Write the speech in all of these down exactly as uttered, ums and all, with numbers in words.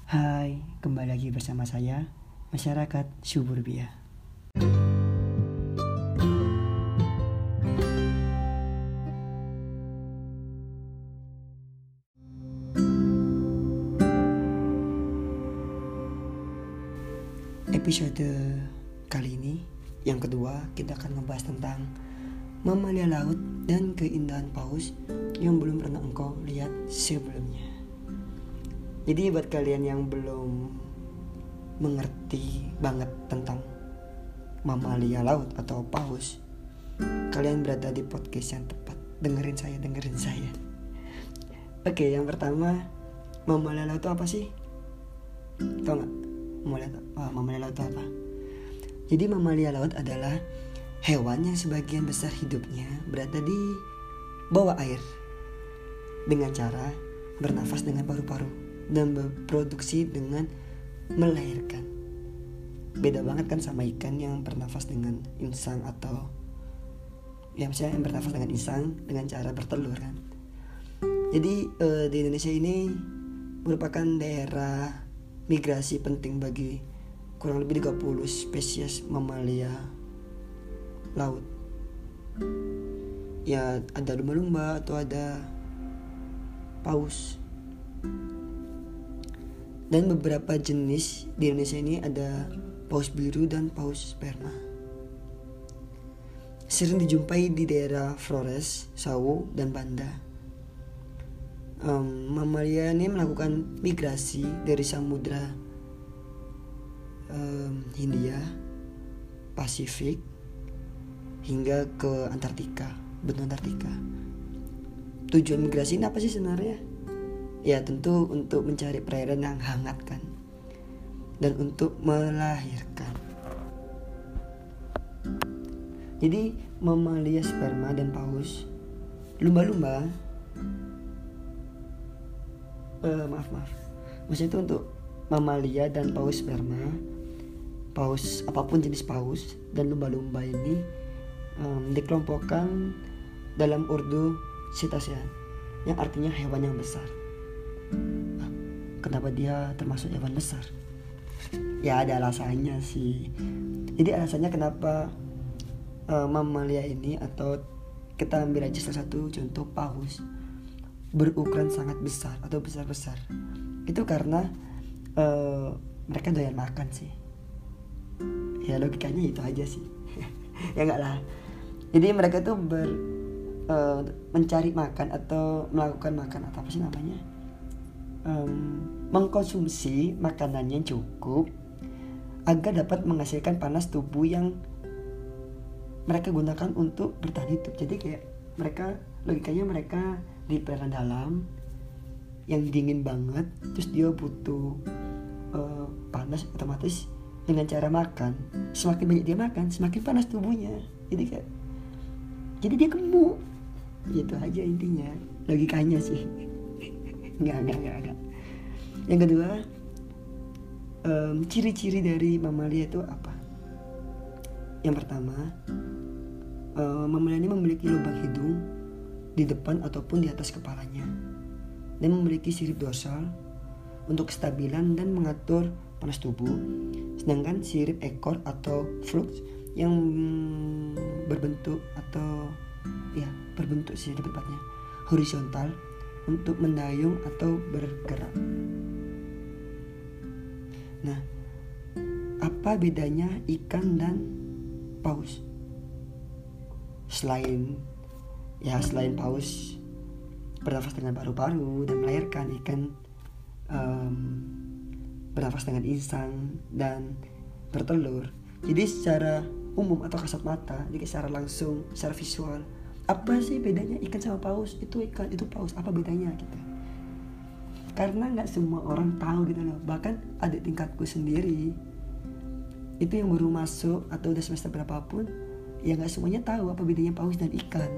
Hai, kembali lagi bersama saya, Masyarakat Suburbia. Episode kali ini, yang kedua, kita akan membahas tentang mamalia laut dan keindahan paus yang belum pernah engkau lihat sebelumnya. Jadi buat kalian yang belum mengerti banget tentang mamalia laut atau paus, kalian berada di podcast yang tepat. Dengerin saya, dengerin saya. Oke, yang pertama, mamalia laut itu apa sih? Tahu nggak? Mamalia, oh, mamalia laut itu apa? Jadi mamalia laut adalah hewan yang sebagian besar hidupnya berada di bawah air dengan cara bernafas dengan paru-paru dan berproduksi dengan melahirkan. Beda banget kan sama ikan yang bernafas dengan insang atau ya misalnya yang bernafas dengan insang dengan cara bertelur kan. Jadi eh, di Indonesia ini merupakan daerah migrasi penting bagi kurang lebih tiga puluh spesies mamalia laut. Ya ada lumba-lumba atau ada paus. Dan beberapa jenis di Indonesia ini ada paus biru dan paus sperma. Sering dijumpai di daerah Flores, Sawu, dan Banda. Um, mamalia ini melakukan migrasi dari samudra um, Hindia, Pasifik, hingga ke Antartika, benua Antartika. Tujuan migrasi ini apa sih sebenarnya? Ya tentu untuk mencari perairan yang hangat kan, dan untuk melahirkan. Jadi mamalia sperma dan paus, lumba-lumba, uh, maaf maaf, maksudnya itu untuk mamalia dan paus sperma, paus apapun jenis paus dan lumba-lumba ini um, dikelompokkan dalam Urdu Cetacean, yang artinya hewan yang besar. Nah, kenapa dia termasuk hewan besar? Ya ada alasannya sih. Jadi alasannya kenapa uh, mamalia ini, atau kita ambil aja salah satu contoh paus, berukuran sangat besar atau besar-besar. Itu karena uh, mereka doyan makan sih. Ya logikanya itu aja sih. Ya enggak lah. Jadi mereka tuh ber uh, mencari makan atau melakukan makan atau apa sih namanya? Um, mengkonsumsi makanan yang cukup agar dapat menghasilkan panas tubuh yang mereka gunakan untuk bertahan hidup. Jadi kayak mereka, logikanya mereka di perairan dalam yang dingin banget, terus dia butuh uh, panas, otomatis dengan cara makan, semakin banyak dia makan semakin panas tubuhnya. Jadi kayak jadi dia gemuk. Gitu aja intinya, logikanya sih. Enggak, enggak, enggak, enggak. Yang kedua, um, ciri-ciri dari mamalia itu apa? Yang pertama, um, mamalia ini memiliki lubang hidung di depan ataupun di atas kepalanya, dan memiliki sirip dorsal untuk kestabilan dan mengatur panas tubuh. Sedangkan sirip ekor atau flukes yang berbentuk atau ya berbentuk sih lebih tepatnya horizontal untuk mendayung atau bergerak. Nah, apa bedanya ikan dan paus? Selain ya selain paus bernafas dengan paru-paru dan melahirkan, ikan um, bernafas dengan insang dan bertelur. Jadi secara umum atau kasat mata, jadi secara langsung, secara visual, apa sih bedanya ikan sama paus? Itu ikan, itu paus, apa bedanya gitu? Karena nggak semua orang tahu gitu loh. Bahkan adik tingkatku sendiri itu yang baru masuk atau udah semester berapapun, ya nggak semuanya tahu apa bedanya paus dan ikan.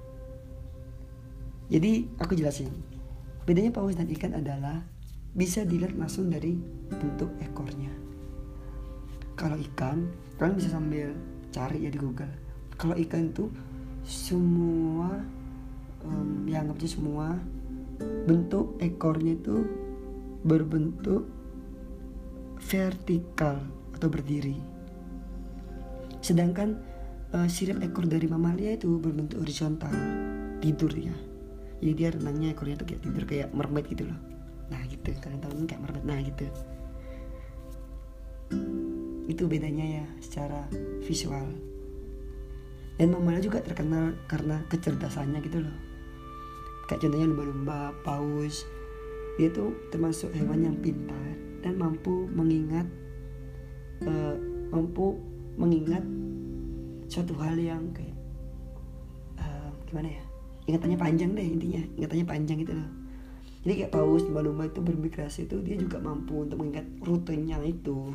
Jadi aku jelasin. Bedanya paus dan ikan adalah bisa dilihat langsung dari bentuk ekornya. Kalau ikan, kalian bisa sambil cari ya di Google. Kalau ikan itu semua um, yang anggapnya semua bentuk ekornya itu berbentuk vertikal atau berdiri. Sedangkan uh, sirip ekor dari mamalia itu berbentuk horizontal, tidur ya. Jadi dia renangnya ekornya tuh kayak tidur, kayak mermaid gitu loh. Nah gitu, kalian tahu kayak mermaid, nah gitu. Itu bedanya ya secara visual. Dan mamalia juga terkenal karena kecerdasannya gitu loh. Kayak contohnya lumba-lumba, paus. Dia tuh termasuk hewan yang pintar dan mampu mengingat uh, mampu mengingat suatu hal yang kayak uh, gimana ya, ingatannya panjang deh intinya, ingatannya panjang gitu loh. Jadi kayak paus, lumba-lumba itu bermigrasi itu dia juga mampu untuk mengingat rutenya itu.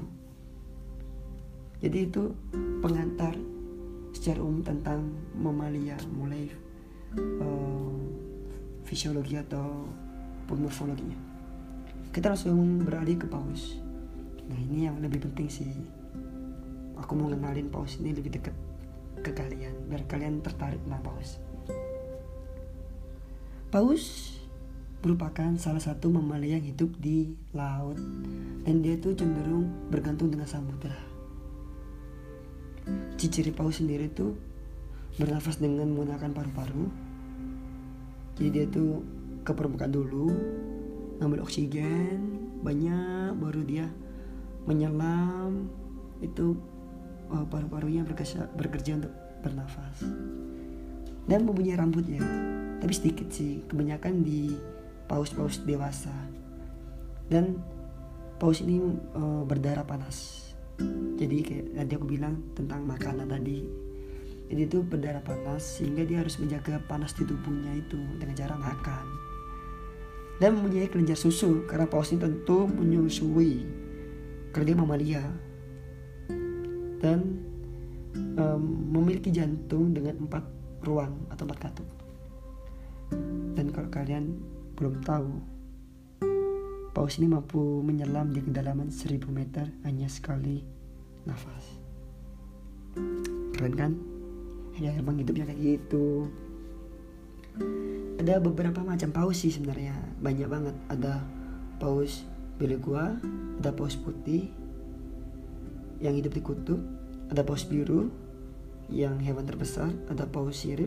Jadi itu pengantar secara umum tentang mamalia, mulai uh, fisiologi atau morfologinya. Kita langsung beralih ke paus. Nah ini yang lebih penting sih. Aku mau ngenalin paus ini lebih dekat ke kalian, biar kalian tertarik sama paus. Paus merupakan salah satu mamalia yang hidup di laut, dan dia tuh cenderung bergantung dengan samudera. Ciri paus sendiri tuh bernafas dengan menggunakan paru-paru. Jadi dia tuh ke permukaan dulu, ngambil oksigen banyak, baru dia menyelam. Itu oh, paru-parunya bekerja, bekerja untuk bernafas. Dan mempunyai rambut ya, tapi sedikit sih, kebanyakan di paus-paus dewasa. Dan paus ini uh, berdarah panas. Jadi kayak tadi aku bilang tentang makanan tadi. Jadi itu berdarah panas sehingga dia harus menjaga panas di tubuhnya itu dengan cara makan. Dan mempunyai kelenjar susu karena paus ini tentu menyusui karena dia mamalia. Dan um, memiliki jantung dengan empat ruang atau empat katup. Dan kalau kalian belum tahu, paus ini mampu menyelam di kedalaman seribu meter hanya sekali nafas. Keren kan? Ya emang hidupnya kayak gitu. Ada beberapa macam paus sih sebenarnya, banyak banget. Ada paus beligua, ada paus putih yang hidup di kutub, ada paus biru yang hewan terbesar, ada paus sirip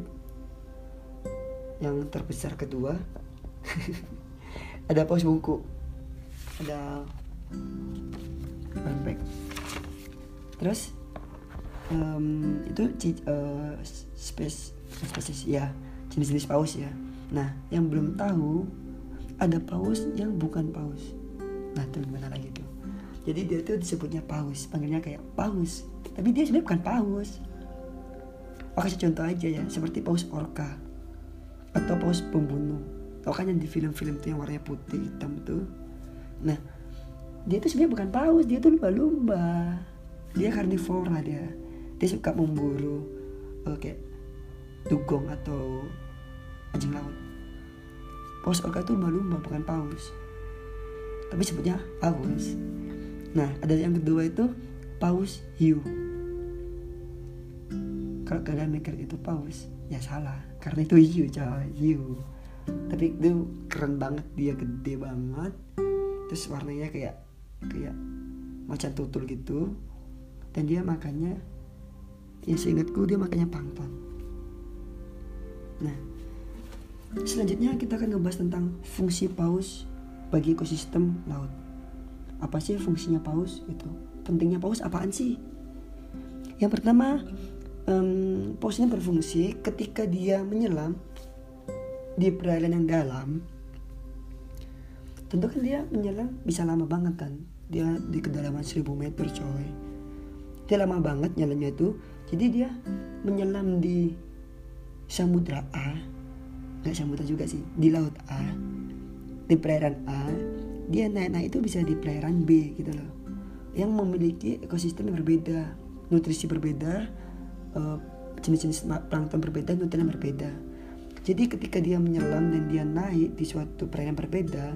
yang terbesar kedua, ada paus bungku, ada lembek. Terus um, itu uh, spesies spesies ya, jenis-jenis paus ya. Nah, yang belum tahu ada paus yang bukan paus. Nah, itu gimana lagi tuh? Jadi dia tuh disebutnya paus, panggilnya kayak paus, tapi dia sebenarnya bukan paus. Aku kasih contoh aja ya, seperti paus orca atau paus pembunuh. Tau kan yang di film-film tuh yang warnanya putih hitam tuh. Nah, dia tuh sebenarnya bukan paus, dia tuh lumba-lumba. Dia karnivora dia. Dia suka memburu uh, kayak dugong atau anjing laut. Paus orca itu lumba-lumba, bukan paus, tapi sebutnya paus. Nah, ada yang kedua itu paus hiu. Kalau kalian mikir itu paus, ya salah, karena itu hiu coy, hiu. Tapi itu keren banget, dia gede banget. Terus warnanya kayak kayak macan tutul gitu. Dan dia makannya, ya seingatku dia makannya plankton. Nah, selanjutnya kita akan ngebahas tentang fungsi paus bagi ekosistem laut. Apa sih fungsinya paus itu? Pentingnya paus apaan sih? Yang pertama, um, paus ini berfungsi ketika dia menyelam di perairan yang dalam. Tentu kan dia menyelam bisa lama banget kan. Dia di kedalaman seribu meter coy. Dia lama banget nyelamnya itu. Jadi dia menyelam di samudra A, nggak samudra juga sih, di laut A, di perairan A. Dia naik-naik itu bisa di perairan B gitu loh, yang memiliki ekosistem yang berbeda, nutrisi berbeda, uh, jenis-jenis plankton berbeda, nutrien berbeda. Jadi ketika dia menyelam dan dia naik di suatu perairan berbeda,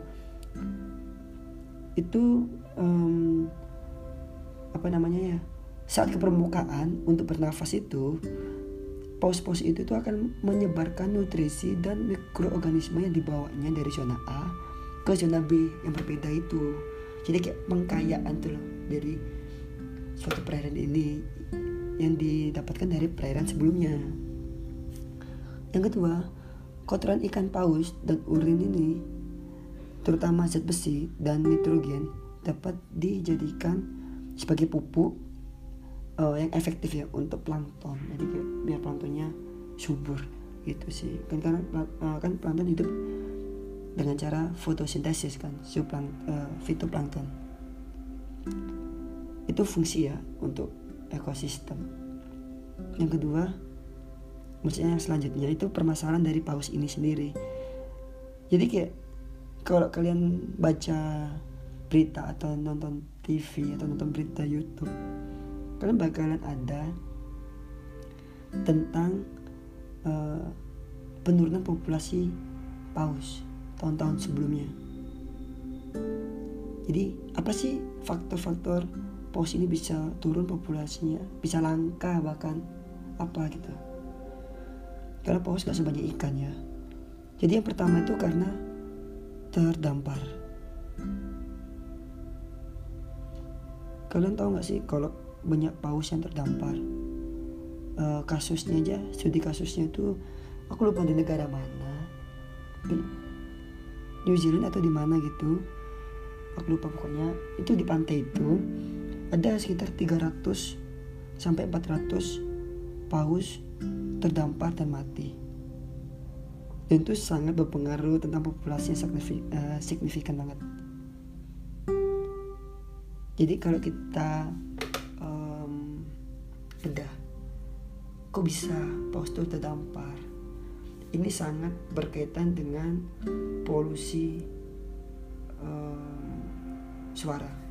itu um, apa namanya ya, saat ke permukaan untuk bernafas itu, paus-paus itu tuh akan menyebarkan nutrisi dan mikroorganisme yang dibawanya dari zona A ke zona B yang berbeda itu. Jadi kayak pengkayaan tuh loh dari suatu perairan ini yang didapatkan dari perairan sebelumnya. Yang kedua, kotoran ikan paus dan urin ini, terutama zat besi dan nitrogen, dapat dijadikan sebagai pupuk uh, yang efektif ya untuk plankton. Jadi kayak biar planktonnya subur gitu sih. Kan karena uh, kan plankton hidup dengan cara fotosintesis kan, zooplankton, uh, fitoplankton. Itu fungsi ya untuk ekosistem. Yang kedua, maksudnya yang selanjutnya itu permasalahan dari paus ini sendiri. Jadi kayak kalau kalian baca berita atau nonton T V atau nonton berita YouTube, kalian bakalan ada tentang uh, penurunan populasi paus tahun-tahun sebelumnya. Jadi apa sih faktor-faktor paus ini bisa turun populasinya, bisa langka bahkan apa gitu? Karena paus gak sebanyak ikan ya. Jadi yang pertama itu karena terdampar. Kalian tahu gak sih kalau banyak paus yang terdampar? Uh, kasusnya aja, studi kasusnya itu aku lupa di negara mana, New Zealand atau di mana gitu. Aku lupa pokoknya. Itu di pantai itu ada sekitar tiga ratus sampai empat ratus paus terdampar dan mati. Dan itu sangat berpengaruh tentang populasi yang signifikan, uh, signifikan banget. Jadi kalau kita um, bedah, kok bisa paus itu terdampar? Ini sangat berkaitan dengan polusi um, suara.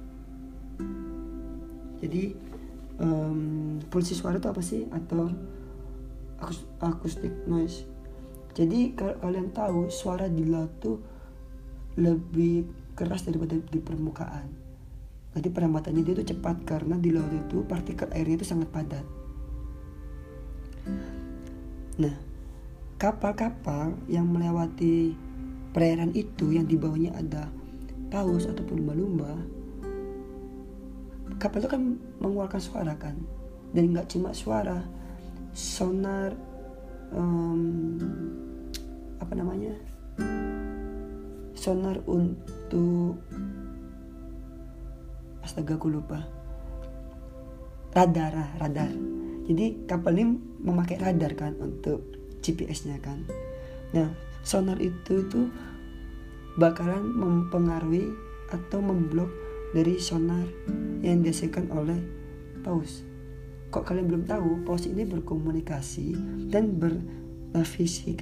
Jadi um, polusi suara itu apa sih? Atau acoustic noise. Jadi kalau kalian tahu suara di laut tuh lebih keras daripada di permukaan. Jadi perambatannya dia tuh cepat karena di laut itu partikel airnya itu sangat padat. Nah, kapal-kapal yang melewati perairan itu yang di bawahnya ada paus ataupun lumba-lumba, kapal itu kan mengeluarkan suara kan, dan nggak cuma suara, sonar, um, apa namanya, sonar untuk, astaga aku lupa, radar, radar. Jadi kapal ini memakai radar kan untuk G P S-nya kan. Nah, sonar itu itu bakalan mempengaruhi atau memblok dari sonar yang dihasilkan oleh paus. Kok kalian belum tahu, paus ini berkomunikasi dan bernavigasi,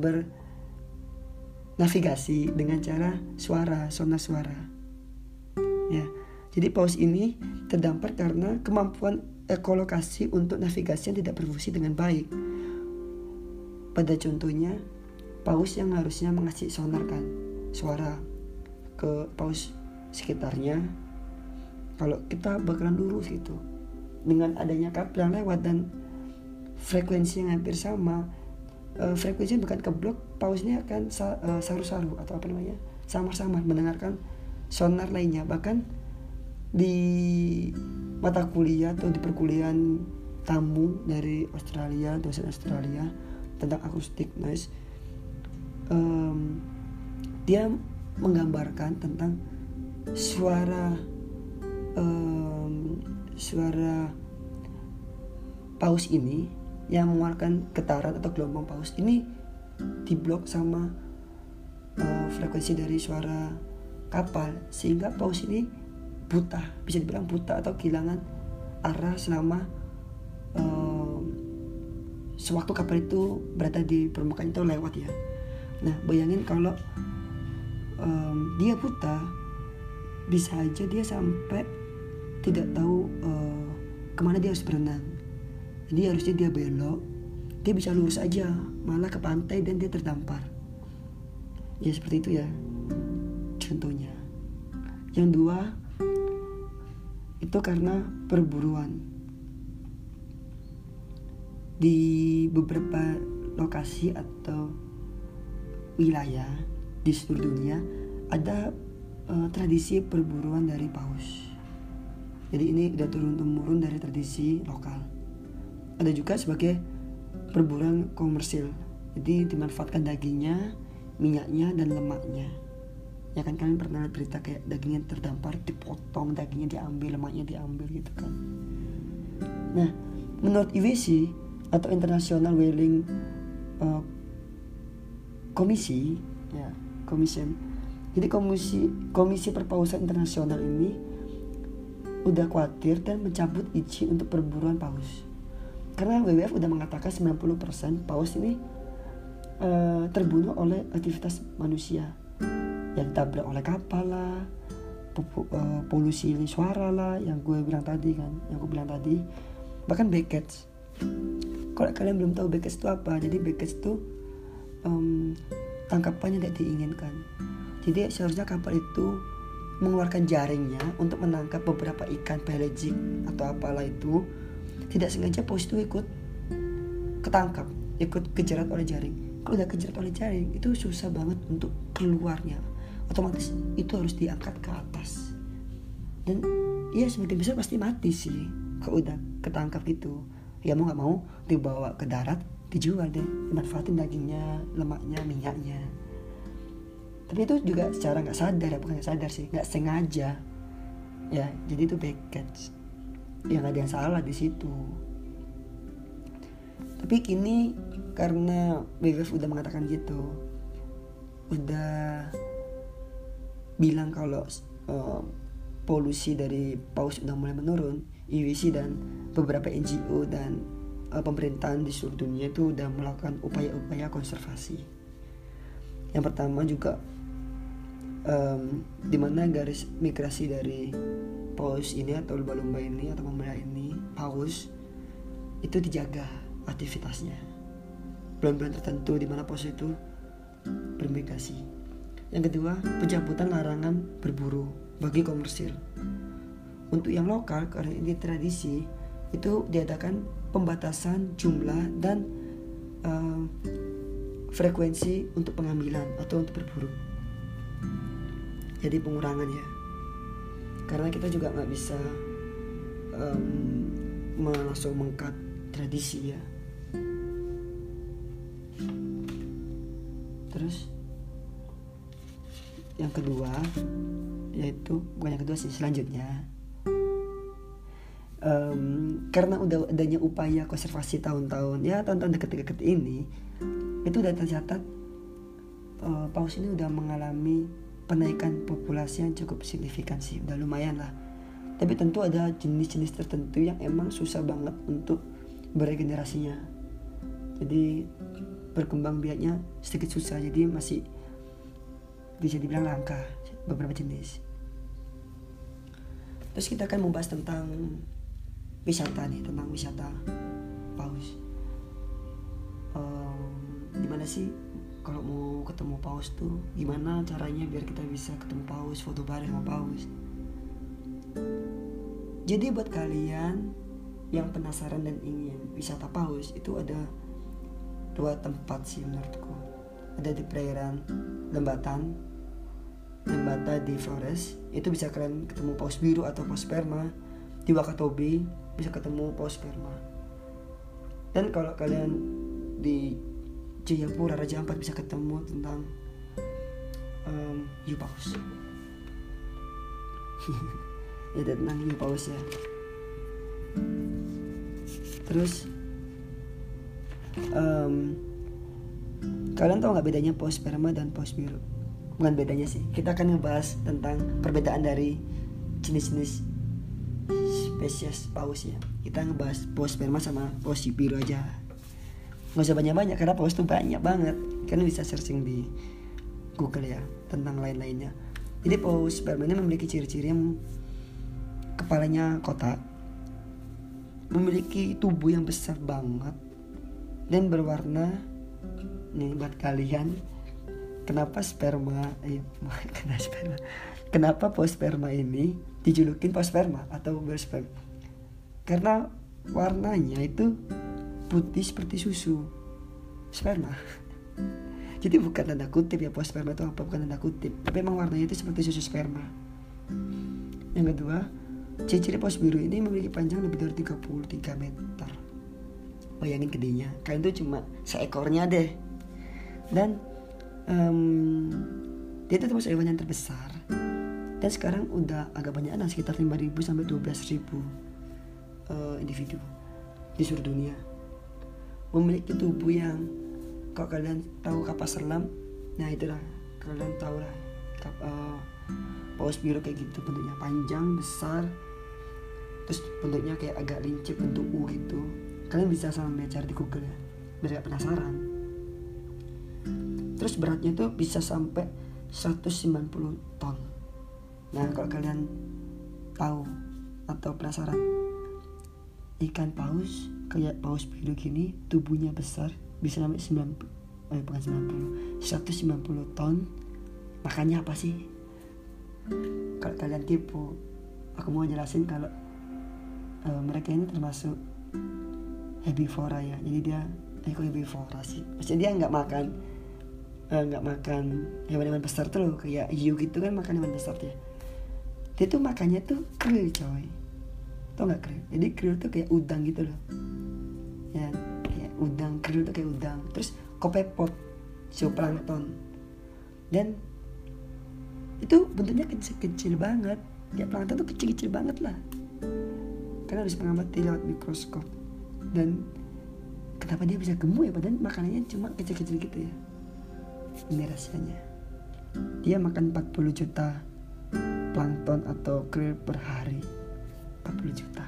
bernavigasi dengan cara suara, sonar suara. Ya, jadi paus ini terdampar karena kemampuan ekolokasi untuk navigasi yang tidak berfungsi dengan baik. Pada contohnya, paus yang harusnya mengasih sonar kan, suara ke paus sekitarnya, kalau kita bakalan lurus gitu. Dengan adanya kapal yang lewat dan frekuensi yang hampir sama, uh, frekuensinya bukan keblok, pausnya akan sa- uh, saru-saru atau apa namanya, samar-samar mendengarkan sonar lainnya. Bahkan di mata kuliah atau di perkuliahan tamu dari Australia, dosen Australia tentang acoustic noise, um, dia menggambarkan tentang suara um, suara paus ini yang mengeluarkan getaran atau gelombang paus ini diblok sama uh, frekuensi dari suara kapal, sehingga paus ini buta, bisa dibilang buta atau kehilangan arah selama um, sewaktu kapal itu berada di permukaan itu lewat ya. Nah, bayangin kalau um, dia buta, bisa aja dia sampai tidak tahu uh, kemana dia harus berenang. Jadi harusnya dia belok, dia bisa lurus aja, malah ke pantai dan dia terdampar. Ya seperti itu ya contohnya. Yang dua, itu karena perburuan. Di beberapa lokasi atau wilayah di seluruh dunia ada uh, tradisi perburuan dari paus. Jadi ini udah turun-temurun dari tradisi lokal. Ada juga sebagai perburuan komersil. Jadi dimanfaatkan dagingnya, minyaknya, dan lemaknya. Ya kan, kalian pernah lihat berita kayak dagingnya terdampar, dipotong, dagingnya diambil, lemaknya diambil gitu kan. Nah, menurut I W C atau International Whaling uh, Komisi, ya, Commission. Jadi komisi Komisi Perpausan Internasional ini udah khawatir dan mencabut izin untuk perburuan paus. Karena W W F udah mengatakan sembilan puluh persen paus ini uh, terbunuh oleh aktivitas manusia. Yang ditabrak oleh kapal lah, uh, polusi suara lah, yang gue bilang tadi kan, yang gue bilang tadi, bahkan Beckett. Kalau kalian belum tahu Beckett itu apa, jadi Beckett itu um, tangkapan yang tidak diinginkan. Jadi seharusnya kapal itu mengeluarkan jaringnya untuk menangkap beberapa ikan pelagic atau apalah itu. Tidak sengaja paus itu ikut ketangkap, ikut kejerat oleh jaring. Kalau udah kejerat oleh jaring, itu susah banget untuk keluarnya. Otomatis itu harus diangkat ke atas. Dan ya sebagian besar pasti mati sih kalau udah ketangkap gitu. Ya mau gak mau dibawa ke darat, dijual deh, dimanfaatin dagingnya, lemaknya, minyaknya. Tapi itu juga secara gak sadar, ya bukan gak sadar sih, gak sengaja. Ya jadi itu Beckett. Ya gak ada yang salah di situ. Tapi kini karena W W F udah mengatakan gitu, udah bilang kalau uh, polusi dari paus udah mulai menurun, I W C dan beberapa N G O dan uh, pemerintahan di seluruh dunia itu udah melakukan upaya-upaya konservasi. Yang pertama juga um, di mana garis migrasi dari paus ini atau lumba-lumba ini atau pemelihara ini, paus itu dijaga aktivitasnya. Bulan-bulan tertentu di mana paus itu bermigrasi. Yang kedua, pencabutan larangan berburu bagi komersil. Untuk yang lokal, karena ini tradisi, itu diadakan pembatasan jumlah dan uh, frekuensi untuk pengambilan atau untuk berburu. Jadi pengurangan ya. Karena kita juga nggak bisa um, langsung mengkat tradisi ya. Terus yang kedua, yaitu bukan yang kedua sih, selanjutnya um, karena udah adanya upaya konservasi tahun-tahun ya tahun-tahun deket-deket ini, itu udah tercatat uh, paus ini udah mengalami penaikan populasi yang cukup signifikan sih, udah lumayan lah. Tapi tentu ada jenis-jenis tertentu yang emang susah banget untuk beregenerasinya, jadi berkembang biaknya sedikit susah, jadi masih bisa dibilang langka beberapa jenis. Terus kita akan membahas tentang wisata nih, tentang wisata paus. Um, gimana sih kalau mau ketemu paus tuh, gimana caranya biar kita bisa ketemu paus, foto bareng sama paus. Jadi buat kalian yang penasaran dan ingin wisata paus, itu ada dua tempat sih menurutku. Ada di perairan Lembatan, Lembata di Flores, itu bisa kalian ketemu paus biru atau paus sperma. Di Wakatobi bisa ketemu paus sperma. Dan kalau kalian di Jayapura Raja Ampat bisa ketemu tentang um, hiu paus. Ya tentang hiu paus ya. Terus um, kalian tahu nggak bedanya paus sperma dan paus biru? Bukan bedanya sih, kita akan ngebahas tentang perbedaan dari jenis-jenis spesies paus ya. Kita ngebahas paus sperma sama paus biru aja. Nggak usah banyak-banyak karena paus tuh banyak banget. Kalian bisa searching di Google ya tentang lain-lainnya. Jadi paus sperma ini memiliki ciri-ciri yang kepalanya kotak, memiliki tubuh yang besar banget dan berwarna. Nih buat kalian, kenapa sperma eh, kenapa sperma kenapa paus sperma ini dijulukin paus sperma atau bersperma? Karena warnanya itu putih seperti susu sperma. Jadi bukan tanda kutip ya paus sperma itu apa, bukan tanda kutip, tapi emang warnanya itu seperti susu sperma. Yang kedua, ciri-ciri paus biru ini memiliki panjang lebih dari tiga puluh tiga meter. Bayangin gedenya, kalian tuh cuma seekornya deh. Dan um, dia itu termasuk hewan yang terbesar. Dan sekarang udah agak banyak, ada sekitar lima ribu sampai dua belas ribu uh, individu di seluruh dunia. Memiliki tubuh yang, kalau kalian tahu kapas selam, nah itulah kalian tahu lah kap, uh, paus biru kayak gitu, bentuknya panjang, besar, terus bentuknya kayak agak lincip, bentuk U gitu. Kalian bisa sama cari di Google ya, biar gak penasaran. Terus beratnya tuh bisa sampai seratus sembilan puluh ton. Nah kalau kalian tahu atau penasaran, ikan paus kayak paus biru gini tubuhnya besar, bisa sampai sembilan puluh, eh bukan sembilan puluh, seratus sembilan puluh ton. Makannya apa sih? Kalau kalian kepo, aku mau jelasin kalau uh, mereka ini termasuk herbivora ya. Jadi dia, eh kok herbivora sih? Maksudnya dia nggak makan, nggak uh, makan hewan-hewan besar tuh loh, kayak hiu gitu kan makan hewan besar dia. Dia tuh makannya tuh krill coy. Tau nggak krill? Jadi krill tuh kayak udang gitu loh. Ya, kayak udang, krill tuh kayak udang. Terus kopepod, zooplankton. Dan itu bentuknya kecil-kecil banget. Ya plankton tuh kecil-kecil banget lah. Karena harus mengamati lewat mikroskop. Dan kenapa dia bisa gemuk ya, padahal makanannya cuma kecil-kecil gitu ya. Ini rahasianya. Dia makan empat puluh juta plankton atau krill per hari. empat puluh juta.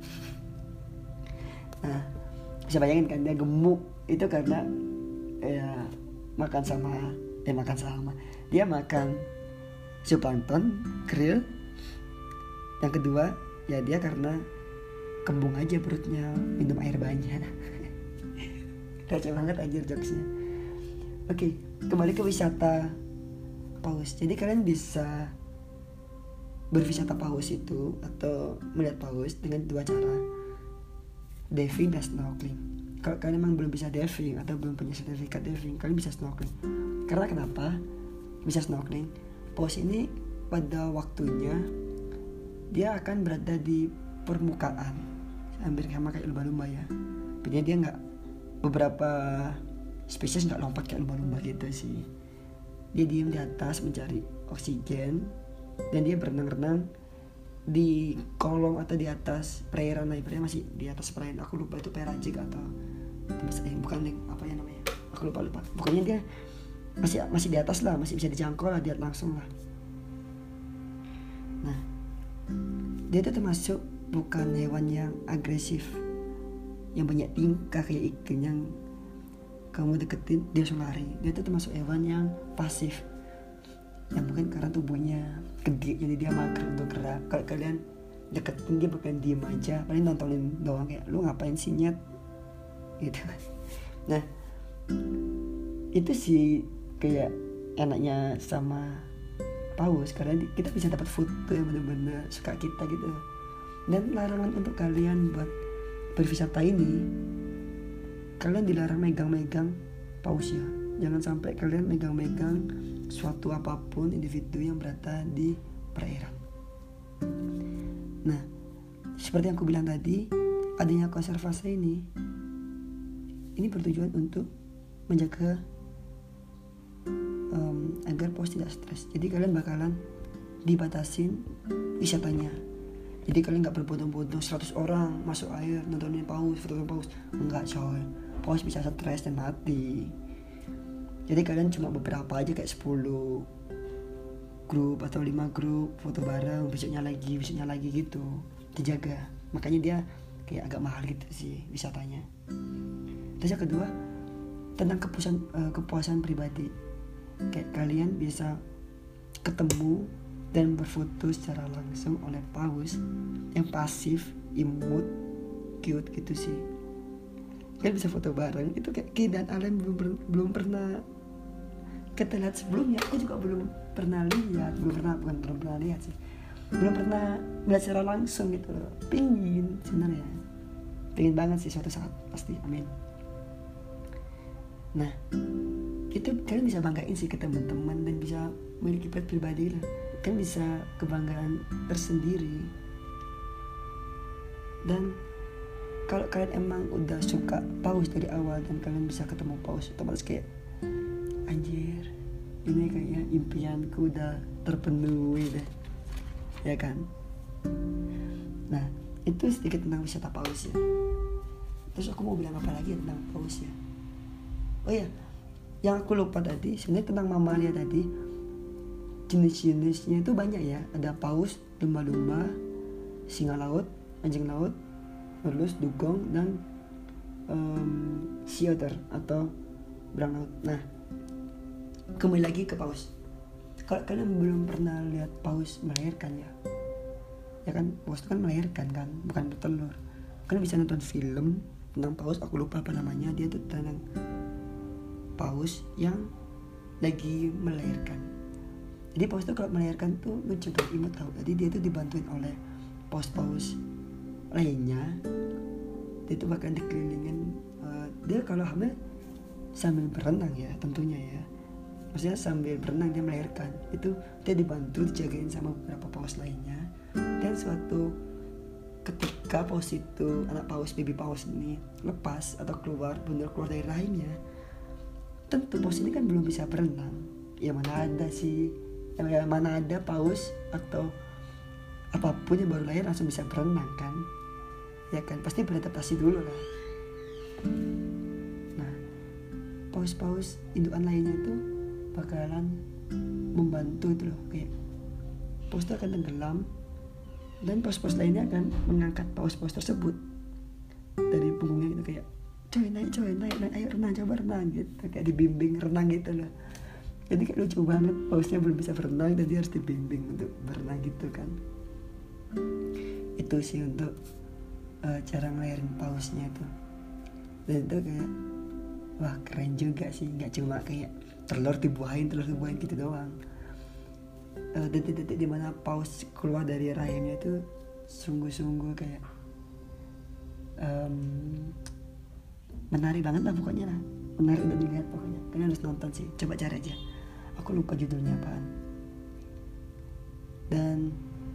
Nah, bisa bayangin kan dia gemuk itu karena ya makan sama eh makan sama. Dia makan zooplankton, krill. Yang kedua, ya dia karena kembung aja perutnya, minum air banyak. Receh banget anjir jokesnya. Oke, kembali ke wisata paus. Jadi kalian bisa berwisata paus itu atau melihat paus dengan dua cara, diving dan snorkeling. Kalau kalian memang belum bisa diving atau belum punya sertifikat diving, kalian bisa snorkeling. Karena kenapa bisa snorkeling? Paus ini pada waktunya dia akan berada di permukaan, hampir sama kayak lumba-lumba ya. Bedanya dia nggak, beberapa spesies nggak lompat kayak lumba-lumba gitu sih. Dia diam di atas mencari oksigen dan dia berenang-renang di kolong atau di atas perairan. Nah, ibaratnya masih di atas perairan. Aku lupa itu perajik atau eh, bukan apa ya namanya. Aku lupa lupa. Pokoknya dia masih masih di atas lah, masih bisa dijangkau lah, dia langsung lah. Nah, dia itu termasuk bukan hewan yang agresif, yang banyak tingkah kayak ikan yang kamu deketin dia langsung lari. Dia itu termasuk hewan yang pasif, yang mungkin karena tubuhnya gede jadi dia mager untuk gerak. Kalau kalian deketin dia bukan diem aja, paling nontonin doang kayak lu ngapain sih nyet gitu. Nah itu sih kayak enaknya sama paus, karena kita bisa dapat foto yang benar-benar suka kita gitu. Dan larangan untuk kalian buat berwisata ini, kalian dilarang megang-megang paus ya. Jangan sampai kalian megang-megang suatu apapun individu yang berada di perairan. Nah, seperti yang aku bilang tadi, adanya konservasi ini ini bertujuan untuk menjaga um, agar paus tidak stres. Jadi kalian bakalan dibatasin wisatanya. Jadi kalian gak berbondong-bondong seratus orang masuk air nontonin paus, foto paus. Enggak coy, paus bisa stres dan mati. Jadi kalian cuma beberapa aja, kayak sepuluh grup atau lima grup foto bareng, besoknya lagi, besoknya lagi gitu. Dijaga. Makanya dia kayak agak mahal gitu sih wisatanya. Terus yang kedua, tentang kepuasan uh, kepuasan pribadi. Kayak kalian bisa ketemu dan berfoto secara langsung oleh paus yang pasif, imut, cute gitu sih. Kalian bisa foto bareng, itu kayak keindahan alam belum belum pernah kita lihat sebelumnya. Aku juga belum pernah lihat, belum pernah bukan belum pernah lihat sih, belum pernah melihat secara langsung gitu loh. Pingin sebenarnya, pingin banget sih suatu saat pasti, amin. Nah, itu kalian bisa banggain sih ke teman-teman dan bisa memiliki pribadi lah, kan bisa kebanggaan tersendiri. Dan kalau kalian emang udah suka paus dari awal dan kalian bisa ketemu paus, otomatis kayak anjir, ini kayaknya impianku udah terpenuhi deh, ya kan? Nah, itu sedikit tentang wisata paus ya. Terus aku mau bilang apa lagi tentang paus ya? Oh ya, yang aku lupa tadi sebenarnya tentang mamalia tadi, jenis-jenisnya itu banyak ya. Ada paus, lumba-lumba, singa laut, anjing laut, terus dugong, dan um, sea otter atau berang laut. Nah, kembali lagi ke paus. Kalau kalian belum pernah lihat paus melahirkan ya, ya kan, paus itu kan melahirkan kan, bukan bertelur. Kalian bisa nonton film tentang paus, aku lupa apa namanya, dia tuh tentang paus yang lagi melahirkan. Jadi paus itu kalau melahirkan tuh lucu dan imut tau. Jadi dia tuh dibantuin oleh paus-paus lainnya. Dia tuh bahkan dikelilingin, uh, dia kalau hamil sambil berenang ya tentunya ya. Maksudnya sambil berenang dia melahirkan. Itu dia dibantu, dijagain sama beberapa paus lainnya. Dan suatu ketika paus itu, anak paus, baby paus ini lepas atau keluar, benar keluar dari rahimnya, tentu paus ini kan belum bisa berenang. Ya mana ada sih, ya mana ada paus atau apapun yang baru lahir langsung bisa berenang kan? Ya kan, pasti beradaptasi dulu lah. Nah, paus-paus indukan lainnya itu bakalan membantu itu loh, kayak paus itu akan tenggelam dan paus-paus lainnya akan mengangkat paus-paus tersebut dari punggungnya gitu, kayak coy naik coy naik naik ayo renang, coba renang gitu, kayak dibimbing renang gitu loh. Jadi kayak lucu banget, pausnya belum bisa berenang dan dia harus dibimbing untuk berenang gitu kan. Itu sih untuk uh, cara ngelahirin pausnya tuh. Dan itu kayak wah keren juga sih, nggak cuma kayak telur dibuahin telur dibuahin gitu doang. Uh, detik-detik dimana paus keluar dari rahimnya itu sungguh-sungguh kayak um, menarik banget lah pokoknya lah, menarik untuk dilihat pokoknya. Kalian harus nonton sih, coba cari aja, aku lupa judulnya apaan. Dan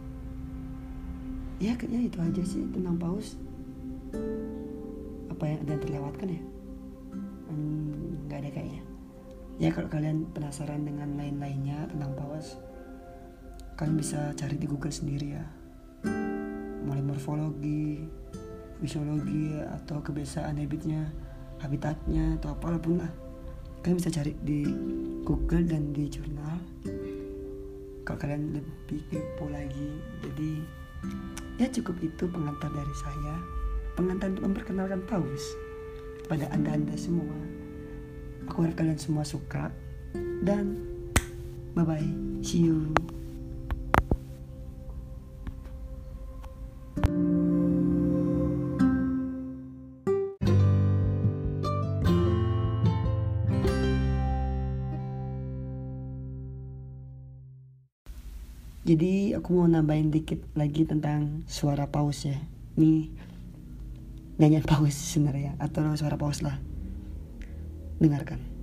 ya kayaknya itu aja sih tentang paus. Apa yang ada yang terlewatkan ya? Hmm, gak ada kayaknya. Ya kalau kalian penasaran dengan lain-lainnya tentang paus, kalian bisa cari di Google sendiri ya, mulai morfologi, fisiologi, atau kebiasaan habitnya, habitatnya, atau apapun lah. Kalian bisa cari di Google dan di jurnal kalau kalian lebih kepo lagi. Jadi ya cukup itu pengantar dari saya, pengantar untuk memperkenalkan paus kepada anda-anda semua. Aku harap kalian semua suka, dan bye bye, see you. Jadi aku mau nambahin dikit lagi tentang suara paus ya. Ini nyanyian paus sebenarnya, atau suara paus lah. Dengarkan.